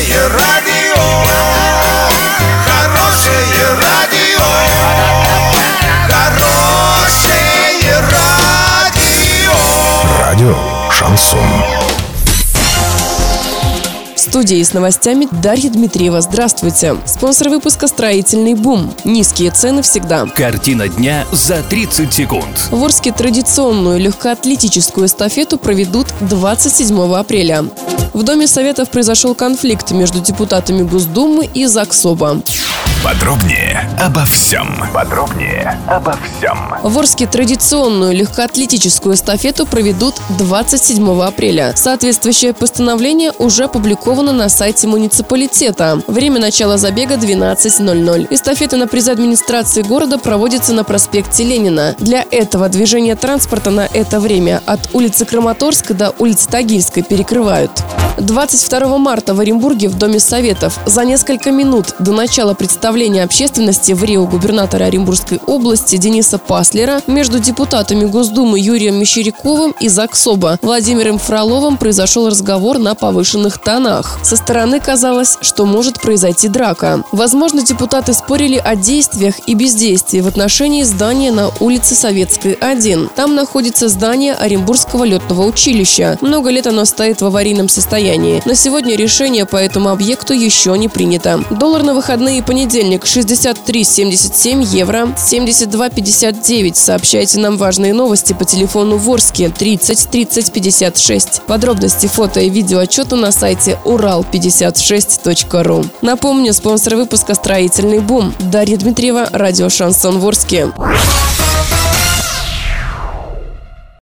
Хорошее радио, хорошее радио, хорошее радио. Радио «Шансон». В студии с новостями Дарья Дмитриева. Здравствуйте. Спонсор выпуска «Строительный бум». Низкие цены всегда. Картина дня за 30 секунд. В Орске традиционную легкоатлетическую эстафету проведут 27 апреля. В Доме Советов произошел конфликт между депутатами Госдумы и Заксоба. Подробнее обо всем. В Орске традиционную легкоатлетическую эстафету проведут 27 апреля. Соответствующее постановление уже опубликовано на сайте муниципалитета. Время начала забега 12:00. Эстафета на призы администрации города проводится на проспекте Ленина. Для этого движение транспорта на это время от улицы Краматорска до улицы Тагильской перекрывают. 22 марта в Оренбурге в Доме Советов за несколько минут до начала представления общественности в Рио губернатора Оренбургской области Дениса Паслера между депутатами Госдумы Юрием Мещеряковым и Заксоба Владимиром Фроловым произошел разговор на повышенных тонах. Со стороны казалось, что может произойти драка. Возможно, депутаты спорили о действиях и бездействии в отношении здания на улице Советской, 1. Там находится здание Оренбургского летного училища. Много лет оно стоит в аварийном состоянии. На сегодня решение по этому объекту еще не принято. Доллар на выходные и понедельник 63,77, евро 72,59. Сообщайте нам важные новости по телефону в Орске 30 30 56. Подробности, фото и видеоотчету на сайте ural56.ru. Напомню, спонсор выпуска «Строительный бум». Дарья Дмитриева, радио «Шансон» в Орске.